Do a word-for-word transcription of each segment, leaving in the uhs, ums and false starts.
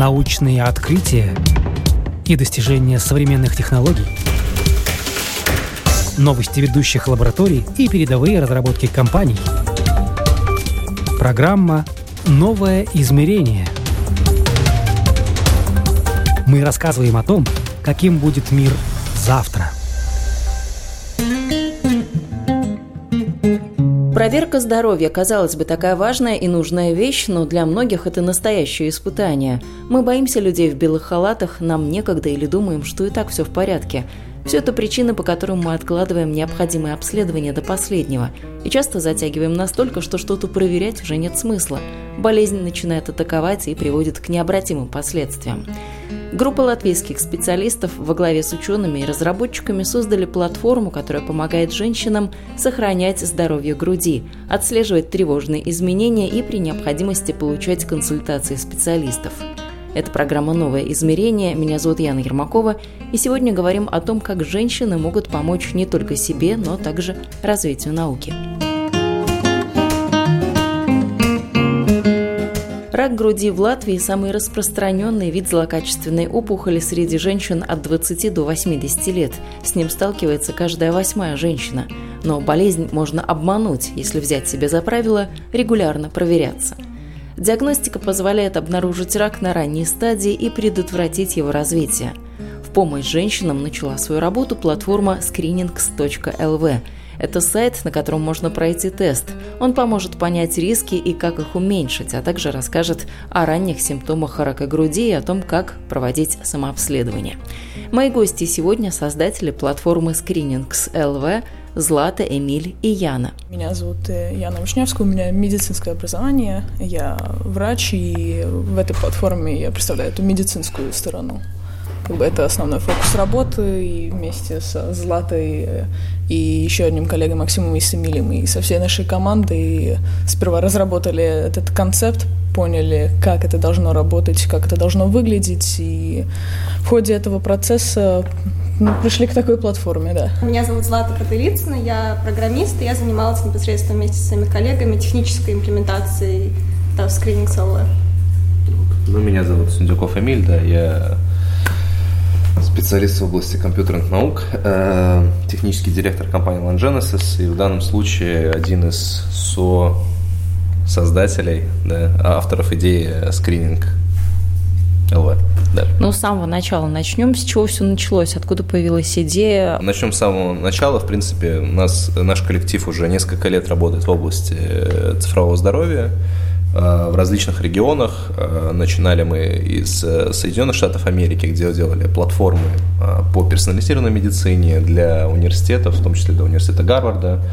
научные открытия и достижения современных технологий, новости ведущих лабораторий и передовые разработки компаний. Программа «Новое измерение». Мы рассказываем о том, каким будет мир завтра. Проверка здоровья, казалось бы, такая важная и нужная вещь, но для многих это настоящее испытание. Мы боимся людей в белых халатах, нам некогда или думаем, что и так все в порядке. Все это причины, по которым мы откладываем необходимые обследования до последнего. И часто затягиваем настолько, что что-то проверять уже нет смысла. Болезнь начинает атаковать и приводит к необратимым последствиям. Группа латвийских специалистов во главе с учеными и разработчиками создали платформу, которая помогает женщинам сохранять здоровье груди, отслеживать тревожные изменения и при необходимости получать консультации специалистов. Это программа «Новое измерение». Меня зовут Яна Ермакова, и сегодня говорим о том, как женщины могут помочь не только себе, но также развитию науки. Рак груди в Латвии – самый распространенный вид злокачественной опухоли среди женщин от двадцати до восьмидесяти лет. С ним сталкивается каждая восьмая женщина. Но болезнь можно обмануть, если взять себе за правило регулярно проверяться. Диагностика позволяет обнаружить рак на ранней стадии и предотвратить его развитие. В помощь женщинам начала свою работу платформа скринингс точка эл ви. Это сайт, на котором можно пройти тест. Он поможет понять риски и как их уменьшить, а также расскажет о ранних симптомах рака груди и о том, как проводить самообследование. Мои гости сегодня – создатели платформы скринингс точка эл ви Злата, Эмиль и Яна. Меня зовут Яна Вишневская, у меня медицинское образование, я врач, и в этой платформе я представляю эту медицинскую сторону. Как бы это основной фокус работы, и вместе со Златой и еще одним коллегой Максимом и с Эмилем, и со всей нашей командой сперва разработали этот концепт, поняли, как это должно работать, как это должно выглядеть, и в ходе этого процесса мы пришли к такой платформе, да. Меня зовут Злата Капелицына, я программист, и я занималась непосредственно вместе с своими коллегами технической имплементацией да, в скринингс точка эл ви. Ну, меня зовут Сундюков Эмиль, да, я специалист в области компьютерных наук, э, технический директор компании LandGenesis, и в данном случае один из со-создателей, да, авторов идеи скрининг точка эл ви. Да. Ну, с самого начала начнем. С чего все началось? Откуда появилась идея? Начнем с самого начала. В принципе, у нас, наш коллектив уже несколько лет работает в области цифрового здоровья в различных регионах. Начинали мы из Соединенных Штатов Америки, где делали платформы по персонализированной медицине для университетов, в том числе для университета Гарварда.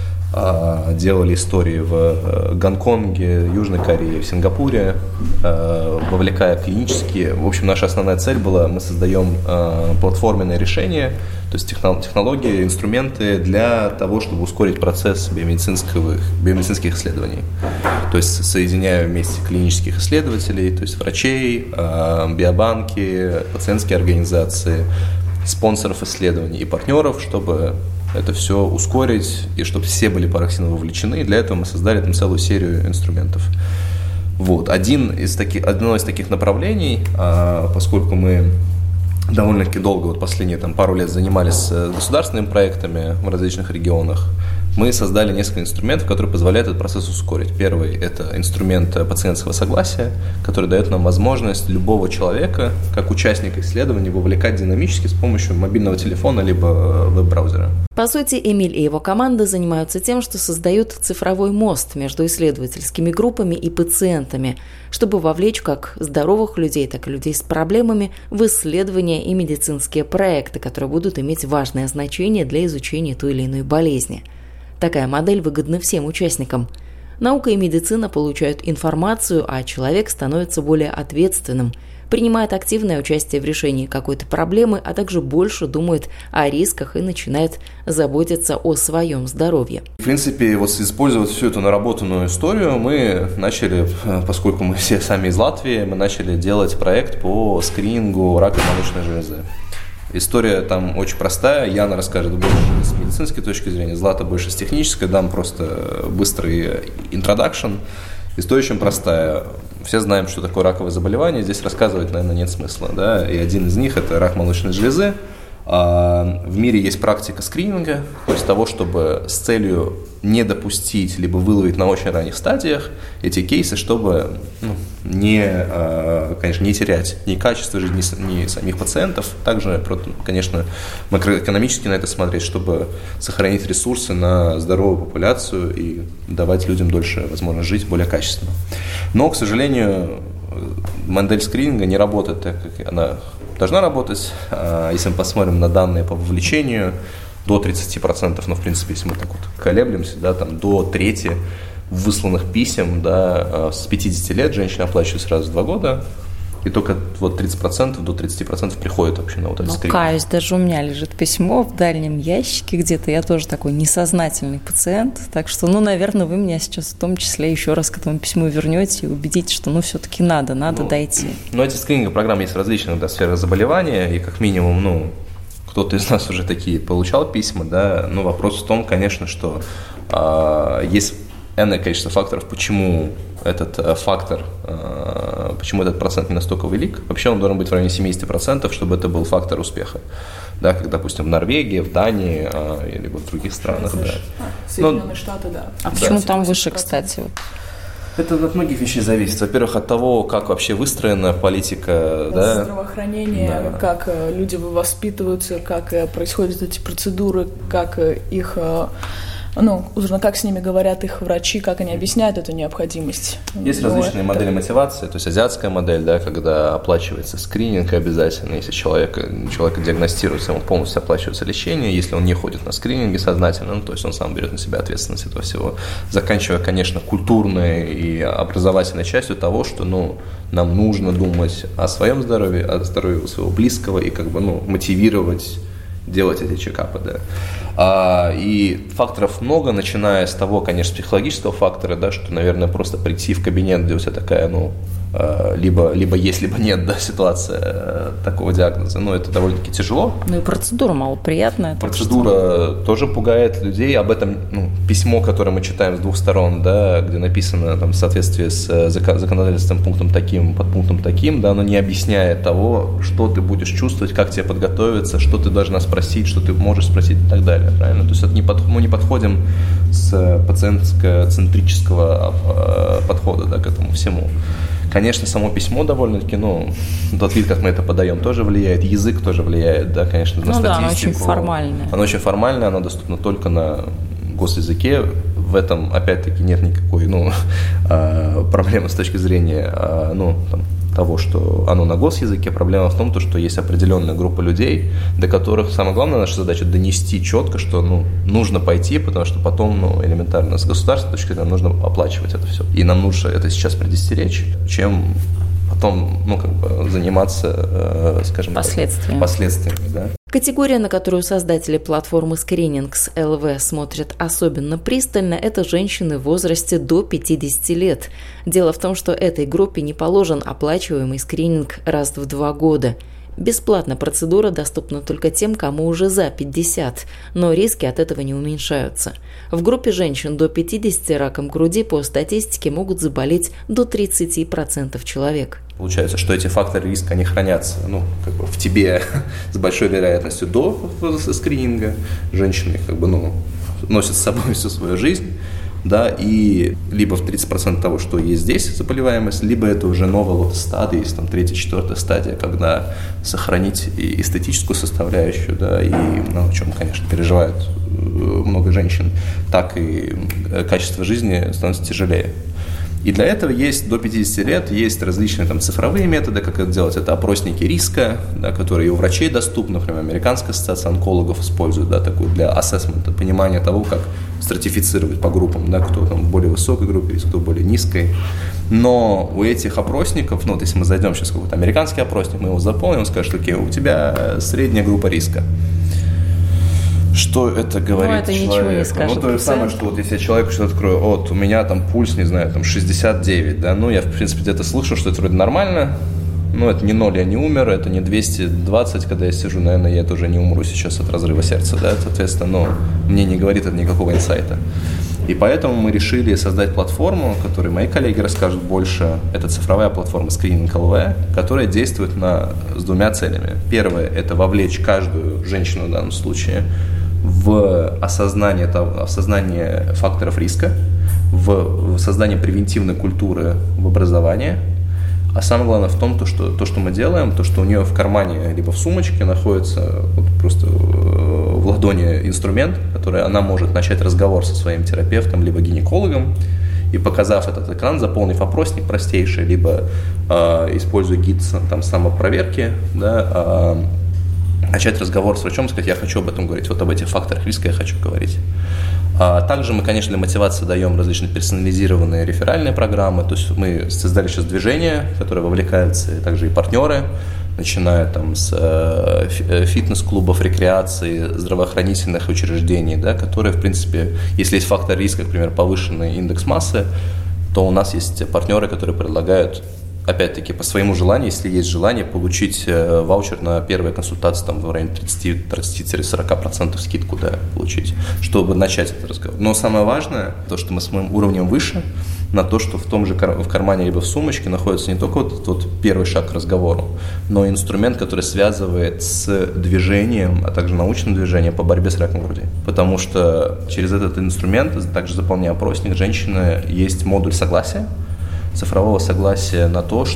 Делали истории в Гонконге, Южной Корее, в Сингапуре, вовлекая клинические. В общем, наша основная цель была, мы создаем платформенное решение, то есть технологии, инструменты для того, чтобы ускорить процесс биомедицинских, биомедицинских исследований. То есть соединяя вместе клинических исследователей, то есть врачей, биобанки, пациентские организации, спонсоров исследований и партнеров, чтобы это все ускорить и чтобы все были параллельно вовлечены. И для этого мы создали там целую серию инструментов. Вот. Один из таких, одно из таких направлений, поскольку мы довольно-таки долго, вот последние там, пару лет занимались государственными проектами в различных регионах, мы создали несколько инструментов, которые позволяют этот процесс ускорить. Первый – это инструмент пациентского согласия, который дает нам возможность любого человека, как участника исследования, вовлекать динамически с помощью мобильного телефона либо веб-браузера. По сути, Эмиль и его команда занимаются тем, что создают цифровой мост между исследовательскими группами и пациентами, чтобы вовлечь как здоровых людей, так и людей с проблемами в исследования и медицинские проекты, которые будут иметь важное значение для изучения той или иной болезни. Такая модель выгодна всем участникам. Наука и медицина получают информацию, а человек становится более ответственным, принимает активное участие в решении какой-то проблемы, а также больше думает о рисках и начинает заботиться о своем здоровье. В принципе, вот использовать всю эту наработанную историю мы начали, поскольку мы все сами из Латвии, мы начали делать проект по скринингу рака молочной железы. История там очень простая, Яна расскажет больше с медицинской точки зрения, Злата больше с технической, дам просто быстрый интродакшн. История очень простая. Все знаем, что такое раковое заболевание, здесь рассказывать, наверное, нет смысла. Да? И один из них – это рак молочной железы. В мире есть практика скрининга, то есть того, чтобы с целью не допустить, либо выловить на очень ранних стадиях эти кейсы, чтобы ну, не, конечно, не терять ни качество жизни, ни самих пациентов, также, конечно, макроэкономически на это смотреть, чтобы сохранить ресурсы на здоровую популяцию и давать людям дольше возможность жить более качественно. Но, к сожалению, модель скрининга не работает так, как она должна работать. Если мы посмотрим на данные по вовлечению, до тридцати процентов, ну, в принципе, если мы так вот колеблемся, да, там до трети высланных писем, да, с пятидесяти лет женщины оплачивают сразу в два года, и только вот тридцать процентов до тридцати процентов приходят вообще на вот этот скрининг. Ну, каюсь, даже у меня лежит письмо в дальнем ящике где-то, я тоже такой несознательный пациент, так что, ну, наверное, вы меня сейчас в том числе еще раз к этому письму вернете и убедите, что, ну, все-таки надо, надо ну, дойти. Ну, эти скрининговые программы есть в различных, да, сферах заболевания, и как минимум, ну, кто-то из нас уже такие получал письма, да, но вопрос в том, конечно, что э, есть энное количество факторов, почему этот э, фактор, э, почему этот процент не настолько велик. Вообще он должен быть в районе семьдесят процентов, чтобы это был фактор успеха. Да, как, допустим, в Норвегии, в Дании э, или в других странах. Да. А, Соединенные Но, Штаты, да. А да. Почему там выше, кстати? Это от многих вещей зависит. Во-первых, от того, как вообще выстроена политика. Да? Здравоохранение, да. Как люди воспитываются, как происходят эти процедуры, как их... Ну, узнано, как с ними говорят их врачи, как они объясняют эту необходимость. Есть Но различные это... модели мотивации, то есть азиатская модель, да, когда оплачивается скрининг обязательно, если человека, человека диагностируется, ему полностью оплачивается лечение, если он не ходит на скрининги сознательно, ну, то есть он сам берет на себя ответственность этого всего, заканчивая, конечно, культурной и образовательной частью того, что, ну, нам нужно думать о своем здоровье, о здоровье своего близкого и как бы, ну, мотивировать делать эти чекапы, да. А, и факторов много, начиная с того, конечно, психологического фактора, да, что, наверное, просто прийти в кабинет, где у тебя такая, ну, либо, либо есть, либо нет, да, ситуация такого диагноза, но это довольно-таки тяжело. Ну и процедура малоприятная. Процедура что... тоже пугает людей. Об этом, ну, письмо, которое мы читаем с двух сторон, да, где написано там, в соответствии с законодательством пунктом таким, под пунктом таким, да, оно не объясняет того, что ты будешь чувствовать, как тебе подготовиться, что ты должна спросить, что ты можешь спросить и так далее, правильно? То есть это не под, мы не подходим с пациентско-центрического подхода, да, к этому всему. Конечно, само письмо довольно-таки, ну, тот вид, как мы это подаем, тоже влияет, язык тоже влияет, да, конечно, на ну, статистику. Да, оно очень формальное. Оно очень формальное, оно доступно только на госязыке. В этом, опять-таки, нет никакой, ну, проблемы с точки зрения, ну, там, того, что оно на госязыке. Проблема в том, что есть определенная группа людей, до которых самая главная наша задача донести четко, что, ну, нужно пойти, потому что потом, ну, элементарно с государственной точки зрения нужно оплачивать это все. И нам лучше это сейчас предостеречь, чем потом, ну, как бы заниматься, скажем последствиями. так, последствиями, да. Категория, на которую создатели платформы Screenings эл ви смотрят особенно пристально, это женщины в возрасте до пятидесяти лет. Дело в том, что этой группе не положен оплачиваемый скрининг раз в два года. Бесплатно процедура доступна только тем, кому уже за пятьдесят, но риски от этого не уменьшаются. В группе женщин до пятидесяти раком груди по статистике могут заболеть до тридцати процентов человек. Получается, что эти факторы риска, они хранятся, ну, как бы в тебе с большой вероятностью до скрининга. Женщины, как бы, ну, носят с собой всю свою жизнь, да, и либо в тридцать процентов того, что есть здесь заболеваемость, либо это уже новая вот стадия, есть там третья, четвертая стадия, когда сохранить и эстетическую составляющую, да, и, ну, о чем, конечно, переживают много женщин, так и качество жизни становится тяжелее. И для этого есть до пятидесяти лет есть различные там цифровые методы, как это делать. Это опросники риска, да, которые и у врачей доступны, например, Американская ассоциация онкологов использует, да, такую для ассессмента, понимания того, как стратифицировать по группам, да, кто там в более высокой группе риска, кто в более низкой. Но у этих опросников, ну вот если мы зайдем сейчас в какой-то американский опросник, мы его заполним, он скажет, окей, у тебя средняя группа риска. Что это говорит ну, это человеку? Не ну, то же самое, что вот если я человеку что-то открою, вот у меня там пульс, не знаю, там шестьдесят девять, да, ну, я, в принципе, где-то слышу, что это вроде нормально, но это не ноль, я не умер, это не двести двадцать, когда я сижу, наверное, я тоже не умру сейчас от разрыва сердца, да, соответственно, но мне не говорит это никакого инсайта. И поэтому мы решили создать платформу, о которой мои коллеги расскажут больше. Это цифровая платформа Screening эл ви, которая действует на, с двумя целями. Первое – это вовлечь каждую женщину в данном случае в осознание, осознание факторов риска, в создание превентивной культуры в образовании. А самое главное в том, то, что то, что мы делаем, то, что у нее в кармане либо в сумочке находится вот просто в ладони инструмент, который она может начать разговор со своим терапевтом либо гинекологом, и показав этот экран, заполнив опросник простейший, либо э, используя гид там, самопроверки, да, э, начать разговор с врачом, сказать, я хочу об этом говорить, вот об этих факторах риска я хочу говорить. А также мы, конечно, для мотивации даем различные персонализированные реферальные программы, то есть мы создали сейчас движение, которое вовлекается, и также и партнеры, начиная там с фитнес-клубов, рекреации, здравоохранительных учреждений, да, которые, в принципе, если есть фактор риска, например, повышенный индекс массы, то у нас есть партнеры, которые предлагают, опять-таки, по своему желанию, если есть желание, получить э, ваучер на первые консультации там, в районе тридцать-сорок процентов скидку, да, получить, чтобы начать этот разговор. Но самое важное, то, что мы с моим уровнем выше, на то, что в том же кар- в кармане либо в сумочке находится не только вот этот вот первый шаг к разговору, но и инструмент, который связывает с движением, а также научным движением по борьбе с раком груди. Потому что через этот инструмент, также заполняя опросник, женщины, есть модуль согласия, цифрового согласия на то,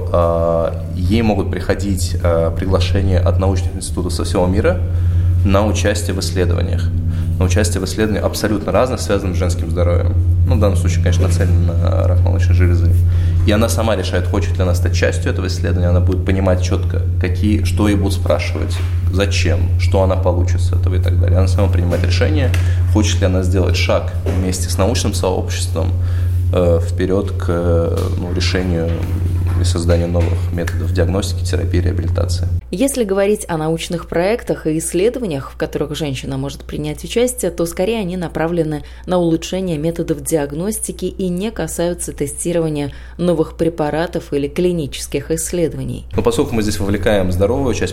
что э, ей могут приходить э, приглашения от научных институтов со всего мира на участие в исследованиях. На участие в исследованиях абсолютно разных, связанных с женским здоровьем. Ну, в данном случае, конечно, нацелено на рак молочной железы. И она сама решает, хочет ли она стать частью этого исследования, она будет понимать четко, какие, что ей будут спрашивать, зачем, что она получит с этого и так далее. Она сама принимает решение, хочет ли она сделать шаг вместе с научным сообществом вперед к ну, решению и созданию новых методов диагностики, терапии, реабилитации. Если говорить о научных проектах и исследованиях, в которых женщина может принять участие, то скорее они направлены на улучшение методов диагностики и не касаются тестирования новых препаратов или клинических исследований. Но поскольку мы здесь вовлекаем здоровую часть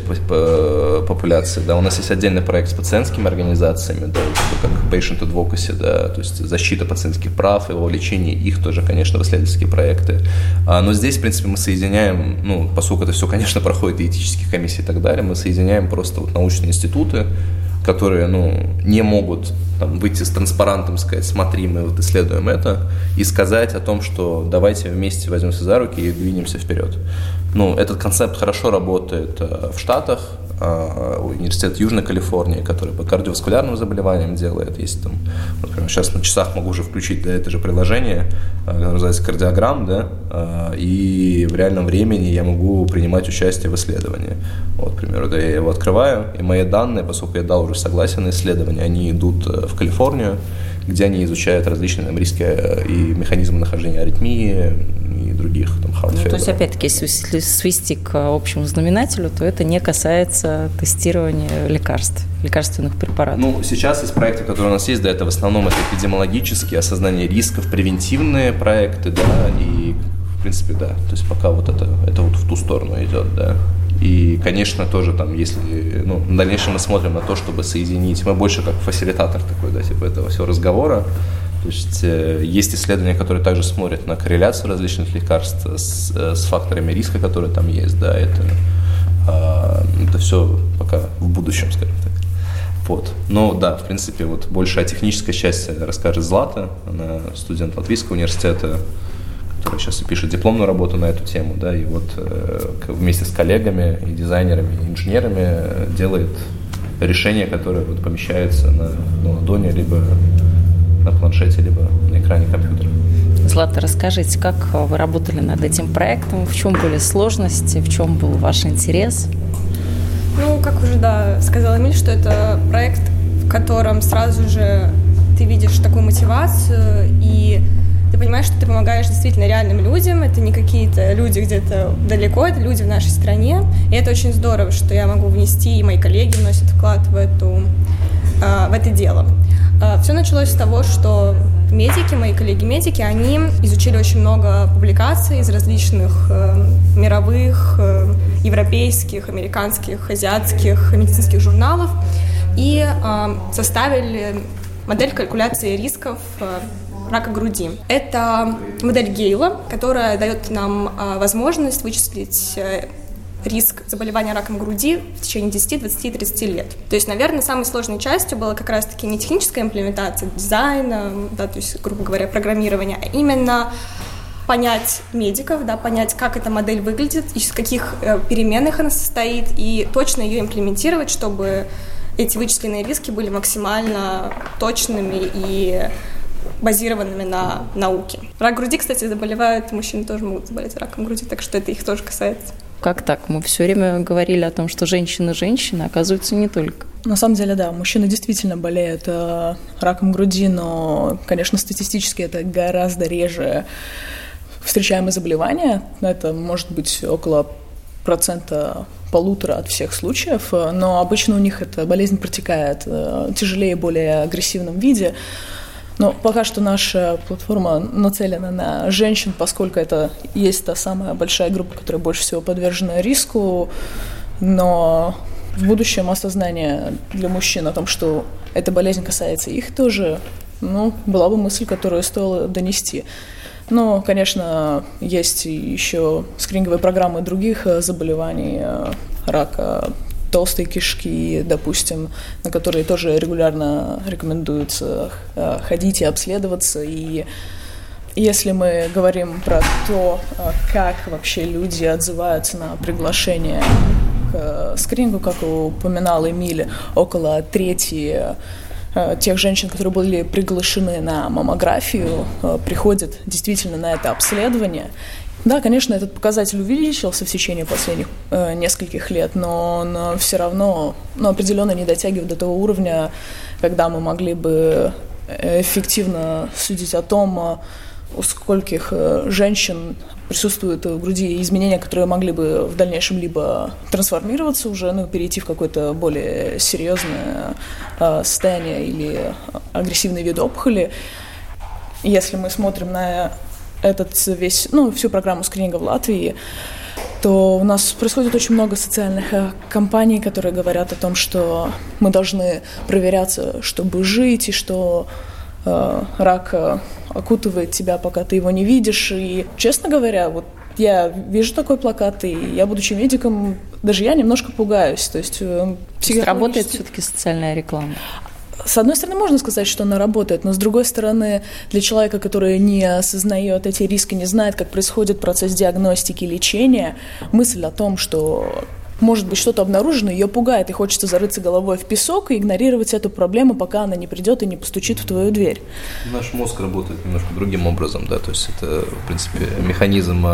популяции, да, у нас есть отдельный проект с пациентскими организациями, да, как Patient Advocacy, да, то есть защита пациентских прав, его лечение, их тоже, конечно, в исследовательские проекты. Но здесь, в принципе, мы соединяем, ну, поскольку это все, конечно, проходит и этические комиссии и так далее, мы соединяем просто вот научные институты, которые, ну, не могут там, выйти с транспарантом, сказать, смотри, мы вот исследуем это, и сказать о том, что давайте вместе возьмемся за руки и двинемся вперед. Ну, этот концепт хорошо работает в Штатах, университет Южной Калифорнии, который по кардиоваскулярным заболеваниям делает, есть там, например, сейчас на часах могу уже включить для это же приложение, которое называется кардиограмм, да, и в реальном времени я могу принимать участие в исследовании. Вот, к примеру, да, я его открываю, и мои данные, поскольку я дал уже согласие на исследование, они идут в Калифорнию, где они изучают различные там, риски и механизмы нахождения аритмии и других там ну, то есть, опять-таки, если свести к общему знаменателю, то это не касается тестирования лекарств, лекарственных препаратов. Ну, сейчас из проектов, которые у нас есть, да, это в основном это эпидемиологические, осознание рисков, превентивные проекты, да, и, в принципе, да, то есть пока вот это, это вот в ту сторону идет, да. И, конечно, тоже там, если, ну, в дальнейшем мы смотрим на то, чтобы соединить, мы больше как фасилитатор такой, да, типа этого всего разговора. То есть э, есть исследования, которые также смотрят на корреляцию различных лекарств с, с факторами риска, которые там есть, да, это, э, это все пока в будущем, скажем так. Вот. Но да, в принципе, вот больше о технической части расскажет Злата, она студент Латвийского университета, который сейчас и пишет дипломную работу на эту тему, да, и вот э, вместе с коллегами и дизайнерами, и инженерами делает решение, которое вот помещается на, на ладони, либо на планшете, либо на экране компьютера. Злата, расскажите, как вы работали над этим проектом, в чем были сложности, в чем был ваш интерес? Ну, как уже, да, сказала Эмиль, что это проект, в котором сразу же ты видишь такую мотивацию, и ты понимаешь, что ты помогаешь действительно реальным людям, это не какие-то люди где-то далеко, это люди в нашей стране, и это очень здорово, что я могу внести, и мои коллеги вносят вклад в, эту, в это дело. Все началось с того, что медики, мои коллеги-медики, они изучили очень много публикаций из различных э, мировых, э, европейских, американских, азиатских медицинских журналов и э, составили модель калькуляции рисков рака груди. Это модель Гейла, которая дает нам возможность вычислить риск заболевания раком груди в течение десять, двадцать, тридцать лет. То есть, наверное, самой сложной частью была как раз-таки не техническая имплементация дизайна, да, то есть, грубо говоря, программирования, а именно понять медиков, да, понять, как эта модель выглядит, из каких э, переменных она состоит, и точно ее имплементировать, чтобы эти вычисленные риски были максимально точными и базированными на науке. Рак груди, кстати, заболевают, мужчины тоже могут заболеть раком груди, так что это их тоже касается. Как так? Мы все время говорили о том, что женщины-женщины, оказывается, не только. На самом деле, да, мужчины действительно болеют э, раком груди, но, конечно, статистически это гораздо реже встречаемое заболевание. Это может быть около процента полутора от всех случаев, но обычно у них эта болезнь протекает э, тяжелее, более агрессивном виде. Но пока что наша платформа нацелена на женщин, поскольку это есть та самая большая группа, которая больше всего подвержена риску, но в будущем осознание для мужчин о том, что эта болезнь касается их тоже, ну, была бы мысль, которую стоило донести. Но, конечно, есть еще скрининговые программы других заболеваний, рака толстой кишки, допустим, на которые тоже регулярно рекомендуется ходить и обследоваться. И если мы говорим про то, как вообще люди отзываются на приглашение к скринингу, как упоминал Эмиль, около трети тех женщин, которые были приглашены на маммографию, приходят действительно на это обследование. Да, конечно, этот показатель увеличился в течение последних э, нескольких лет, но он все равно ну, определенно не дотягивает до того уровня, когда мы могли бы эффективно судить о том, у скольких женщин присутствуют в груди изменения, которые могли бы в дальнейшем либо трансформироваться уже, ну, перейти в какое-то более серьезное э, состояние или агрессивный вид опухоли. Если мы смотрим на этот весь, ну, всю программу скрининга в Латвии, то у нас происходит очень много социальных кампаний, которые говорят о том, что мы должны проверяться, чтобы жить, и что э, рак окутывает тебя, пока ты его не видишь. И, честно говоря, вот я вижу такой плакат, и я, будучи медиком, даже я немножко пугаюсь. То есть, э, психологически... Работает все-таки социальная реклама? С одной стороны, можно сказать, что она работает, но с другой стороны, для человека, который не осознает эти риски, не знает, как происходит процесс диагностики и лечения, мысль о том, что может быть что-то обнаружено, ее пугает, и хочется зарыться головой в песок и игнорировать эту проблему, пока она не придет и не постучит в твою дверь. Наш мозг работает немножко другим образом, да, то есть это, в принципе, механизм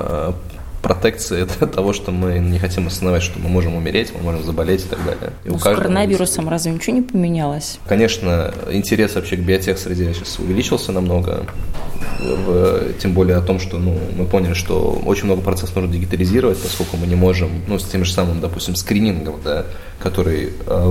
протекции от того, что мы не хотим осознавать, что мы можем умереть, мы можем заболеть и так далее. И у с коронавирусом есть... разве ничего не поменялось? Конечно, интерес вообще к биотех-среде сейчас увеличился намного, в, тем более о том, что ну, мы поняли, что очень много процессов нужно дигитализировать, поскольку мы не можем, ну, с тем же самым, допустим, скринингом, да, который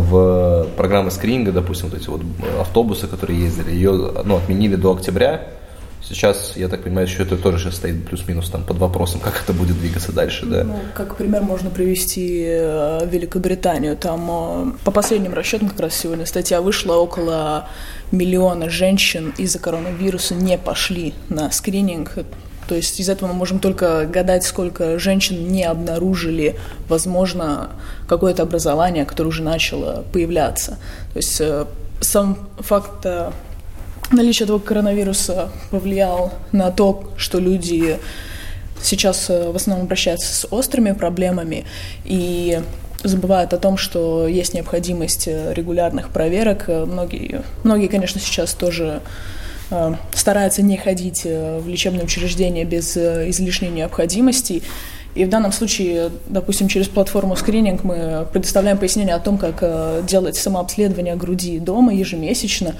в программы скрининга, допустим, вот эти вот автобусы, которые ездили, ее ну, отменили до октября. Сейчас, я так понимаю, еще это тоже сейчас стоит плюс-минус там под вопросом, как это будет двигаться дальше, да? Ну, как пример можно привести Великобританию. Там по последним расчетам, как раз сегодня статья вышла, около миллиона женщин из-за коронавируса не пошли на скрининг. То есть из этого мы можем только гадать, сколько женщин не обнаружили, возможно, какое-то образование, которое уже начало появляться. То есть сам факт... Наличие этого коронавируса повлиял на то, что люди сейчас в основном обращаются с острыми проблемами и забывают о том, что есть необходимость регулярных проверок. Многие, многие, конечно, сейчас тоже э, стараются не ходить в лечебные учреждения без излишней необходимости. И в данном случае, допустим, через платформу скрининг мы предоставляем пояснение о том, как делать самообследование груди дома ежемесячно,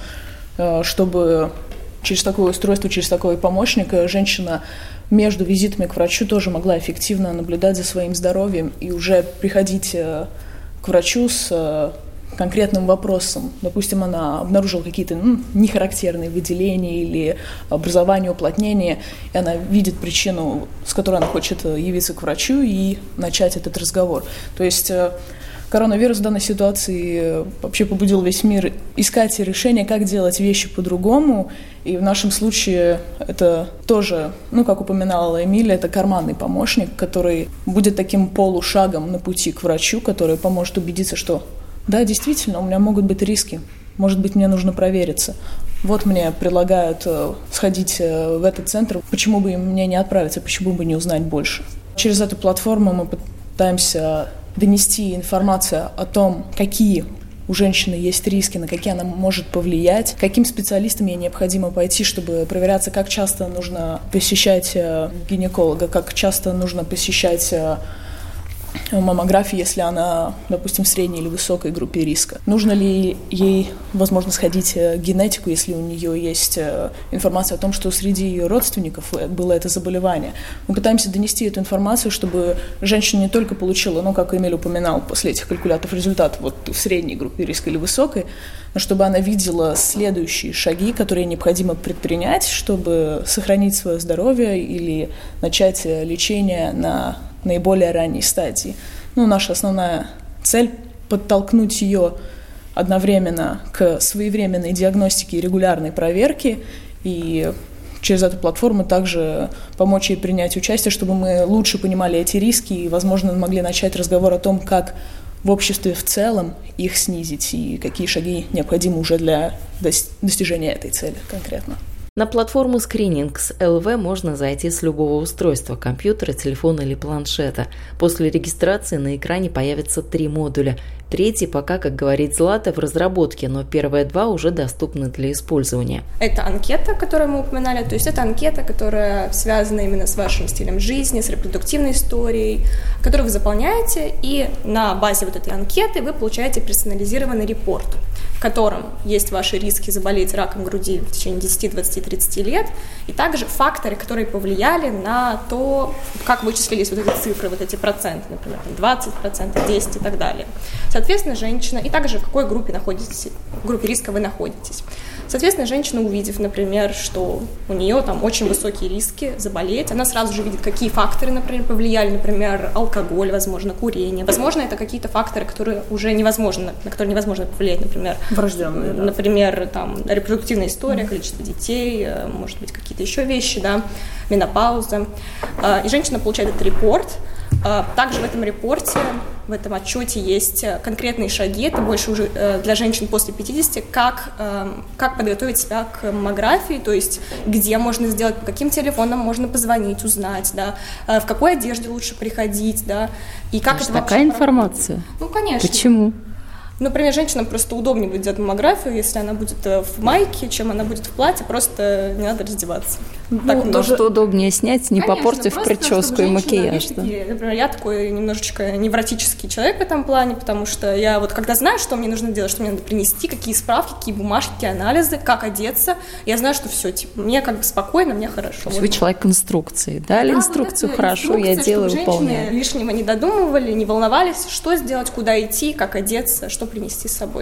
чтобы через такое устройство, через такой помощник женщина между визитами к врачу тоже могла эффективно наблюдать за своим здоровьем и уже приходить к врачу с конкретным вопросом. Допустим, она обнаружила какие-то ну, нехарактерные выделения или образование, уплотнение, и она видит причину, с которой она хочет явиться к врачу и начать этот разговор. То есть коронавирус в данной ситуации вообще побудил весь мир искать решение, как делать вещи по-другому. И в нашем случае это тоже, ну, как упоминала Эмилия, это карманный помощник, который будет таким полушагом на пути к врачу, который поможет убедиться, что да, действительно, у меня могут быть риски. Может быть, мне нужно провериться. Вот мне предлагают сходить в этот центр. Почему бы мне не отправиться, почему бы не узнать больше? Через эту платформу мы пытаемся донести информацию о том, какие у женщины есть риски, на какие она может повлиять, каким специалистам ей необходимо пойти, чтобы проверяться, как часто нужно посещать гинеколога, как часто нужно посещать маммографию, если она, допустим, в средней или высокой группе риска. Нужно ли ей, возможно, сходить к генетику, если у нее есть информация о том, что среди ее родственников было это заболевание. Мы пытаемся донести эту информацию, чтобы женщина не только получила, ну, как Эмиль упоминал, после этих калькуляторов результат вот в средней группе риска или высокой, но чтобы она видела следующие шаги, которые необходимо предпринять, чтобы сохранить свое здоровье или начать лечение на наиболее ранней стадии. Ну, наша основная цель – подтолкнуть ее одновременно к своевременной диагностике и регулярной проверке, и через эту платформу также помочь ей принять участие, чтобы мы лучше понимали эти риски и, возможно, могли начать разговор о том, как в обществе в целом их снизить и какие шаги необходимы уже для достижения этой цели конкретно. На платформу Screenings точка эл ви можно зайти с любого устройства – компьютера, телефона или планшета. После регистрации на экране появятся три модуля. Третий пока, как говорит Злата, в разработке, но первые два уже доступны для использования. Это анкета, которую мы упоминали, то есть это анкета, которая связана именно с вашим стилем жизни, с репродуктивной историей, которую вы заполняете, и на базе вот этой анкеты вы получаете персонализированный репорт, в котором есть ваши риски заболеть раком груди в течение десять, двадцать, тридцать лет, и также факторы, которые повлияли на то, как вычислились вот эти цифры, вот эти проценты, например, двадцать процентов, десять процентов и так далее. Соответственно, женщина, и также в какой группе находитесь, в группе риска вы находитесь. Соответственно, женщина, увидев, например, что у нее там очень высокие риски заболеть, она сразу же видит, какие факторы, например, повлияли, например, алкоголь, возможно, курение. Возможно, это какие-то факторы, которые уже невозможно, на которые невозможно повлиять, например, врожденные, да. Например, там, репродуктивная история, mm-hmm. количество детей, может быть, какие-то еще вещи, да, менопауза. И женщина получает этот репорт. Также в этом репорте, в этом отчете есть конкретные шаги, это больше уже для женщин после пятидесяти, как, как подготовить себя к маммографии, то есть где можно сделать, по каким телефонам можно позвонить, узнать, да, в какой одежде лучше приходить, да, и как это такая информация? Ну, конечно. Почему? Например, женщинам просто удобнее будет делать маммографию, если она будет в майке, чем она будет в платье, просто не надо раздеваться. Ну, так, то, что удобнее снять, не Конечно, попортив прическу и макияж. Да? Такие, например, я такой немножечко невротический человек в этом плане, потому что я вот когда знаю, что мне нужно делать, что мне надо принести, какие справки, какие бумажки, какие анализы, как одеться, я знаю, что все, типа, мне как бы спокойно, мне хорошо. То есть вы человек инструкции, дали да, инструкцию, вот хорошо, я делаю, выполняю. Женщины лишнего не додумывали, не волновались, что сделать, куда идти, как одеться, что принести с собой.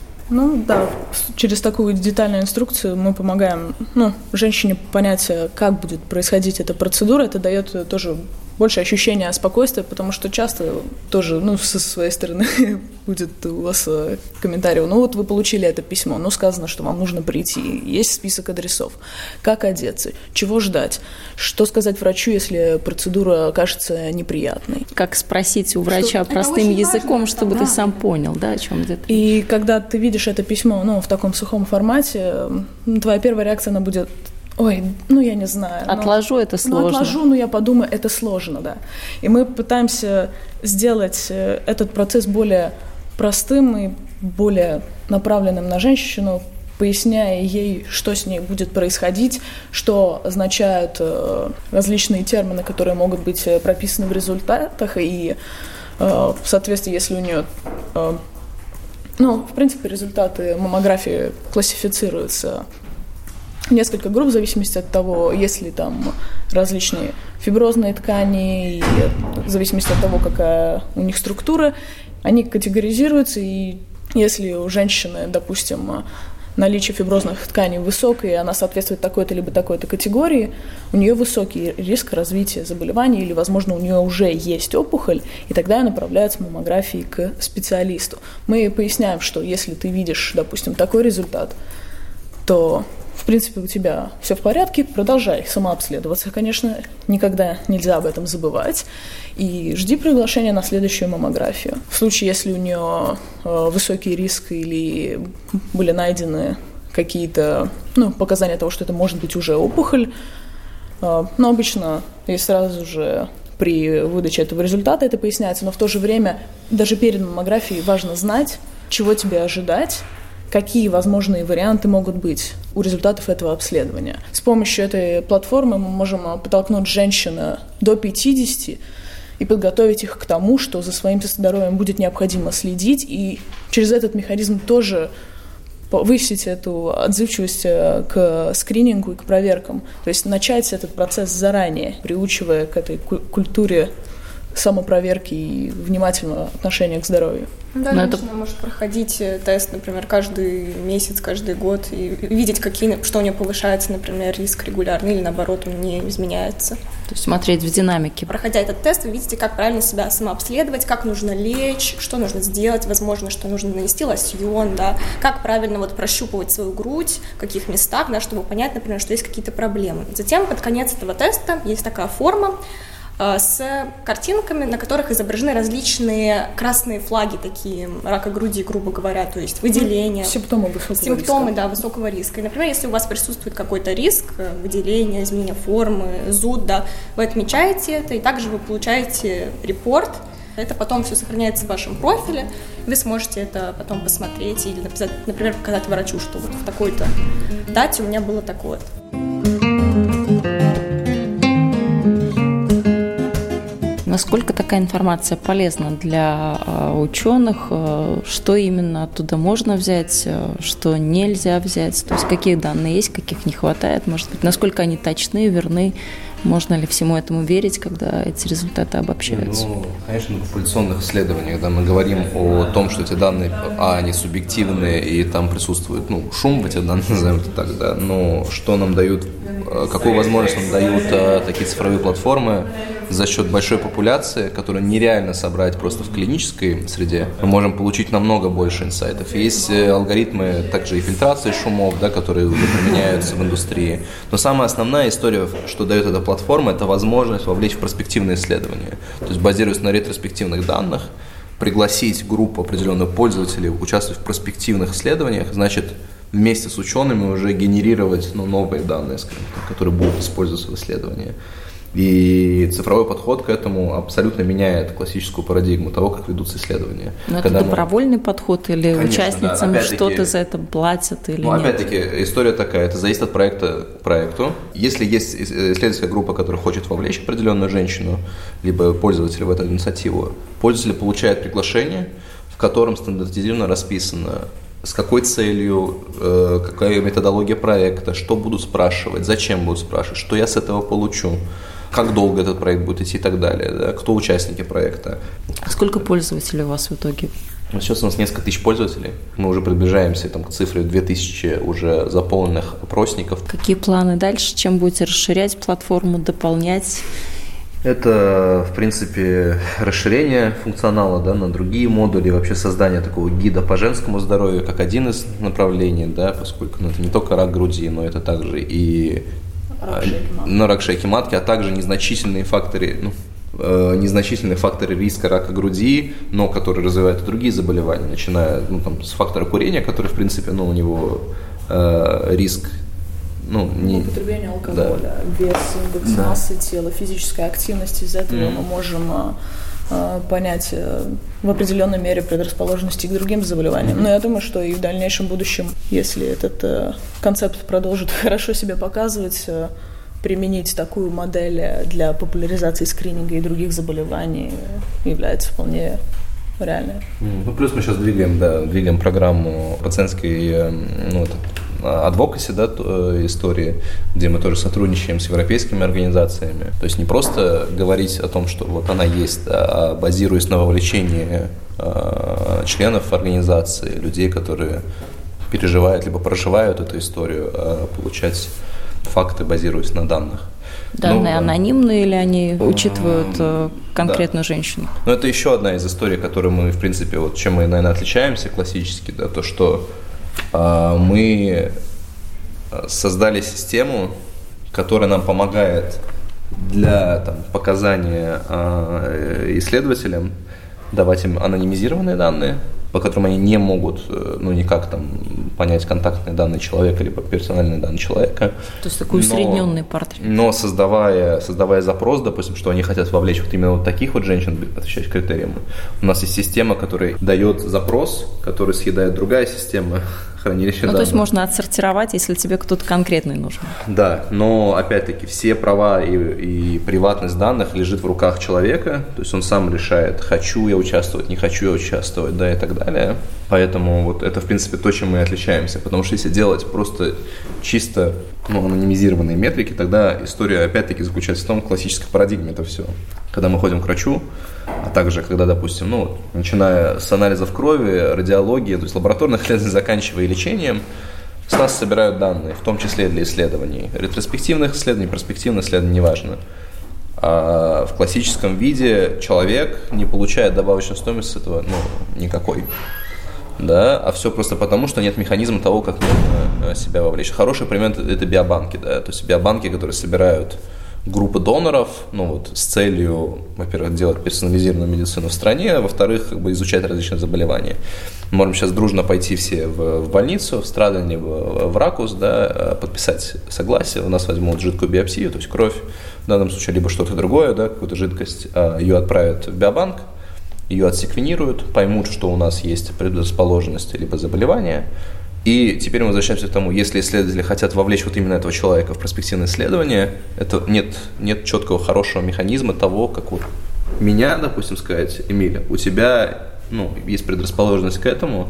Ну да, через такую детальную инструкцию мы помогаем, ну, женщине понять, как будет происходить эта процедура. Это дает тоже больше ощущения спокойствия, потому что часто тоже, ну, со своей стороны будет у вас комментарий: ну вот вы получили это письмо, ну сказано, что вам нужно прийти, есть список адресов, как одеться, чего ждать, что сказать врачу, если процедура кажется неприятной. Как спросить у врача что? Простым языком, важно, чтобы да. ты сам понял, да, о чем это. И когда ты видишь это письмо, ну, в таком сухом формате, твоя первая реакция, она будет: ой, ну я не знаю. Отложу, но, это сложно. Ну, отложу, но я подумаю, это сложно, да. И мы пытаемся сделать этот процесс более простым и более направленным на женщину, поясняя ей, что с ней будет происходить, что означают различные термины, которые могут быть прописаны в результатах, и в соответствии, если у нее... Ну, в принципе, результаты маммографии классифицируются несколько групп в зависимости от того, есть ли там различные фиброзные ткани, и в зависимости от того, какая у них структура, они категоризируются, и если у женщины, допустим, наличие фиброзных тканей высокое, и она соответствует такой-то либо такой-то категории, у нее высокий риск развития заболевания или, возможно, у нее уже есть опухоль, и тогда ее направляют с маммографией к специалисту. Мы поясняем, что если ты видишь, допустим, такой результат, то, в принципе, у тебя все в порядке, продолжай самообследоваться. Конечно, никогда нельзя об этом забывать. И жди приглашения на следующую маммографию. В случае, если у нее э, высокий риск или были найдены какие-то ну, показания того, что это может быть уже опухоль, э, но обычно и сразу же при выдаче этого результата это поясняется. Но в то же время даже перед маммографией важно знать, чего тебе ожидать, какие возможные варианты могут быть у результатов этого обследования. С помощью этой платформы мы можем подтолкнуть женщин до пятидесяти и подготовить их к тому, что за своим здоровьем будет необходимо следить, и через этот механизм тоже повысить эту отзывчивость к скринингу и к проверкам. То есть начать этот процесс заранее, приучивая к этой культуре самопроверки и внимательного отношения к здоровью. Да, Но женщина это... может проходить тест, например, каждый месяц, каждый год и видеть, какие, что у нее повышается, например, риск регулярно или, наоборот, он не изменяется. То есть смотреть в динамике. Проходя этот тест, вы видите, как правильно себя самообследовать, как нужно лечь, что нужно сделать, возможно, что нужно нанести лосьон, да, как правильно вот прощупывать свою грудь, в каких местах, да, чтобы понять, например, что есть какие-то проблемы. Затем, под конец этого теста, есть такая форма с картинками, на которых изображены различные красные флаги, такие рака груди, грубо говоря, то есть выделения. Симптомы высокого Симптомы, риска. Симптомы, да, высокого риска. И, например, если у вас присутствует какой-то риск, выделения, изменения формы, зуд, да, вы отмечаете это, и также вы получаете репорт. Это потом все сохраняется в вашем профиле, вы сможете это потом посмотреть или, написать, например, показать врачу, что вот в такой-то дате у меня было такое-то. Насколько такая информация полезна для э, ученых? Э, что именно оттуда можно взять, э, что нельзя взять? То есть какие данные есть, каких не хватает? Может быть, насколько они точны, верны? Можно ли всему этому верить, когда эти результаты обобщаются? Ну, конечно, в популяционных исследованиях, да, мы говорим о том, что эти данные, а, они субъективные, и там присутствует, ну, шум в этих данных, назовем это так, да, но что нам дают, какую возможность нам дают а, такие цифровые платформы за счет большой популяции, которую нереально собрать просто в клинической среде, мы можем получить намного больше инсайтов. Есть алгоритмы также и фильтрации шумов, да, которые уже применяются в индустрии, но самая основная история, что дает эта платформа, это возможность вовлечь в перспективные исследования. То есть, базируясь на ретроспективных данных, пригласить группу определенных пользователей участвовать в перспективных исследованиях, значит, вместе с учеными уже генерировать ну, новые данные, скажем так, которые будут использоваться в исследовании. И цифровой подход к этому абсолютно меняет классическую парадигму того, как ведутся исследования. Но это добровольный мы... подход или конечно, участницам да. что-то за это платят или ну, нет? Опять-таки, история такая, это зависит от проекта к проекту. Если есть исследовательская группа, которая хочет вовлечь определенную женщину, либо пользователя в эту инициативу, пользователь получает приглашение, в котором стандартизированно расписано, с какой целью, э, какая методология проекта, что будут спрашивать, зачем будут спрашивать, что я с этого получу, как долго этот проект будет идти и так далее, да, кто участники проекта. А сколько пользователей у вас в итоге? Сейчас у нас несколько тысяч пользователей. Мы уже приближаемся там, к цифре две тысячи уже заполненных опросников. Какие планы дальше? Чем будете расширять платформу, дополнять? Это, в принципе, расширение функционала да, на другие модули, вообще создание такого гида по женскому здоровью, как один из направлений, да, поскольку ну, это не только рак груди, но это также и рак шейки матки, ну, рак шейки матки, а также незначительные факторы, ну, э, незначительные факторы риска рака груди, но которые развивают и другие заболевания, начиная ну, там, с фактора курения, который, в принципе, ну, у него э, риск. Ну, не... Употребление алкоголя, да. Вес, индекс да. массы тела, физическая активность. Из этого mm. мы можем а, а, понять а, в определенной мере предрасположенности к другим заболеваниям. Mm. Но я думаю, что и в дальнейшем будущем, если этот а, концепт продолжит хорошо себя показывать, а, применить такую модель для популяризации скрининга и других заболеваний является вполне реальной. Mm. Ну, плюс мы сейчас двигаем, да, двигаем программу пациентской, ну, это, адвокаси, да, истории, где мы тоже сотрудничаем с европейскими организациями. То есть не просто говорить о том, что вот она есть, а базируясь на вовлечении э, членов организации, людей, которые переживают, либо проживают эту историю, а получать факты, базируясь на данных. Данные ну, анонимные или они учитывают э, конкретную да. женщину? Ну, это еще одна из историй, которой мы, в принципе, вот чем мы, наверное, отличаемся классически, да, то, что э, мы создали систему, которая нам помогает для там, показания э, исследователям давать им анонимизированные данные, по которым они не могут, ну, никак там понять контактные данные человека, либо персональные данные человека. То есть такой усредненный портрет. Но создавая, создавая запрос, допустим, что они хотят вовлечь вот именно вот таких вот женщин, отвечать критериям, у нас есть система, которая дает запрос, который съедает другая система хранилища ну, данных. То есть можно отсортировать, если тебе кто-то конкретный нужен. Да, но опять-таки все права и, и приватность данных лежит в руках человека, то есть он сам решает, хочу я участвовать, не хочу я участвовать, да, и так далее. Поэтому вот это, в принципе, то, чем мы отличаемся, потому что если делать просто чисто ну, анонимизированные метрики, тогда история, опять-таки, заключается в том, в классической парадигме это все. Когда мы ходим к врачу, а также, когда, допустим, ну, начиная с анализов крови, радиологии, то есть лабораторных исследований, заканчивая лечением, с нас собирают данные, в том числе для исследований. Ретроспективных исследований, перспективных исследований, неважно. А в классическом виде человек не получает добавочной стоимости с этого ну, никакой. Да, а все просто потому, что нет механизма того, как можно себя вовлечь. Хороший пример – это биобанки, да, то есть биобанки, которые собирают группы доноров, ну вот с целью, во-первых, делать персонализированную медицину в стране, а во-вторых, как бы изучать различные заболевания. Мы можем сейчас дружно пойти все в, в больницу, в Страден, либо в Ракус, да, подписать согласие, у нас возьмут жидкую биопсию, то есть кровь, в данном случае, либо что-то другое, да, какую-то жидкость, ее отправят в биобанк, ее отсеквенируют, поймут, что у нас есть предрасположенности либо заболевания. И теперь мы возвращаемся к тому, если исследователи хотят вовлечь вот именно этого человека в перспективное исследование, это нет, нет четкого хорошего механизма того, как вот меня, допустим, сказать, Эмиля, у тебя ну, есть предрасположенность к этому,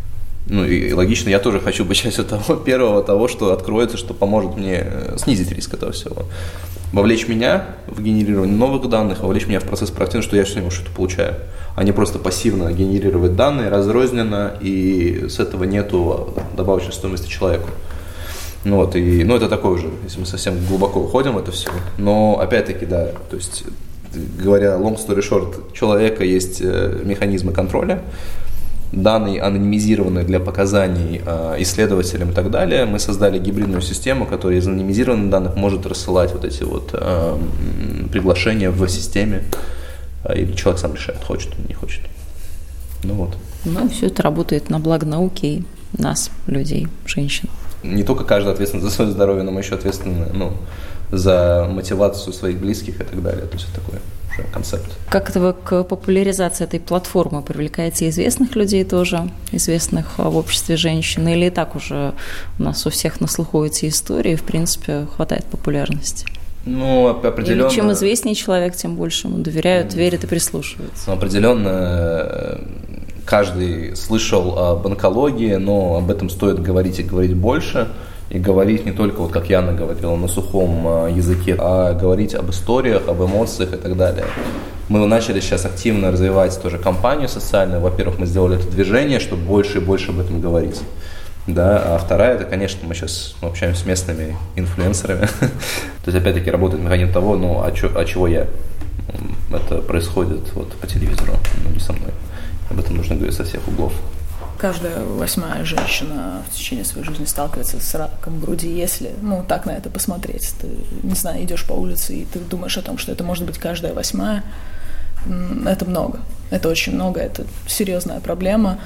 ну и логично, я тоже хочу быть частью того первого, того, что откроется, что поможет мне снизить риск этого всего. Вовлечь меня в генерирование новых данных, вовлечь меня в процесс проактивно, что я что-нибудь что-то получаю, а не просто пассивно генерировать данные, разрозненно, и с этого нету добавочной стоимости человеку. Ну, вот, и, ну, это такое уже, если мы совсем глубоко уходим в это все. Но, опять-таки, да, то есть, говоря long story short, у человека есть механизмы контроля, данные анонимизированные для показаний э, исследователям и так далее. Мы создали гибридную систему, которая из анонимизированных данных может рассылать вот эти вот э, приглашения в системе, э, или человек сам решает, хочет он, не хочет. Ну вот. Ну, все это работает на благо науки и нас, людей, женщин. Не только каждый ответственен за свое здоровье, но мы еще ответственны, ну, за мотивацию своих близких и так далее. То есть это такое уже концепт. Как это вы к популяризации этой платформы привлекаете известных людей тоже, известных в обществе женщин, или и так уже у нас у всех на слуху эти истории, в принципе, хватает популярности? Ну, определенно... Или чем известнее человек, тем больше ему доверяют, верят и прислушиваются. Ну, определенно каждый слышал об онкологии, но об этом стоит говорить и говорить больше. И говорить не только, вот как Яна говорила, на сухом языке, а говорить об историях, об эмоциях и так далее. Мы начали сейчас активно развивать тоже кампанию социальную. Во-первых, мы сделали это движение, чтобы больше и больше об этом говорить. Да, а вторая, это, конечно, мы сейчас общаемся с местными инфлюенсерами. То есть, опять-таки, работает механизм того, ну, а, чё, а чего я? Это происходит вот по телевизору, но не со мной. Об этом нужно говорить со всех углов. Каждая восьмая женщина в течение своей жизни сталкивается с раком груди, если, ну, так на это посмотреть. Ты, не знаю, идешь по улице, и ты думаешь о том, что это может быть каждая восьмая. Это много. Это очень много, это серьезная проблема.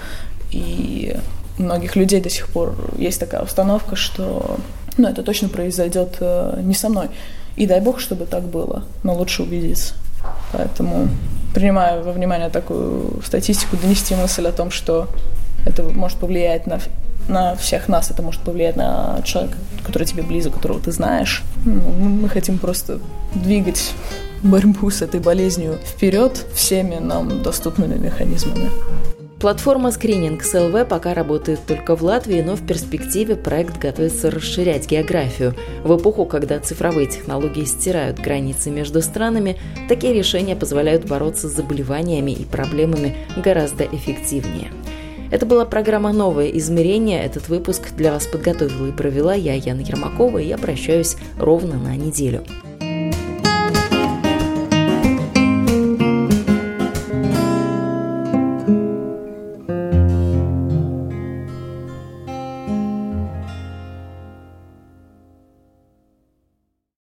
И у многих людей до сих пор есть такая установка, что, ну, это точно произойдет не со мной. И дай бог, чтобы так было, но лучше убедиться. Поэтому, принимая во внимание такую статистику, донести мысль о том, что это может повлиять на, на всех нас, это может повлиять на человека, который тебе близок, которого ты знаешь. Мы хотим просто двигать борьбу с этой болезнью вперед всеми нам доступными механизмами. Платформа Screenings эл ви пока работает только в Латвии, но в перспективе проект готовится расширять географию. В эпоху, когда цифровые технологии стирают границы между странами, такие решения позволяют бороться с заболеваниями и проблемами гораздо эффективнее. Это была программа «Новое измерение». Этот выпуск для вас подготовила и провела я, Яна Ермакова, и я прощаюсь ровно на неделю.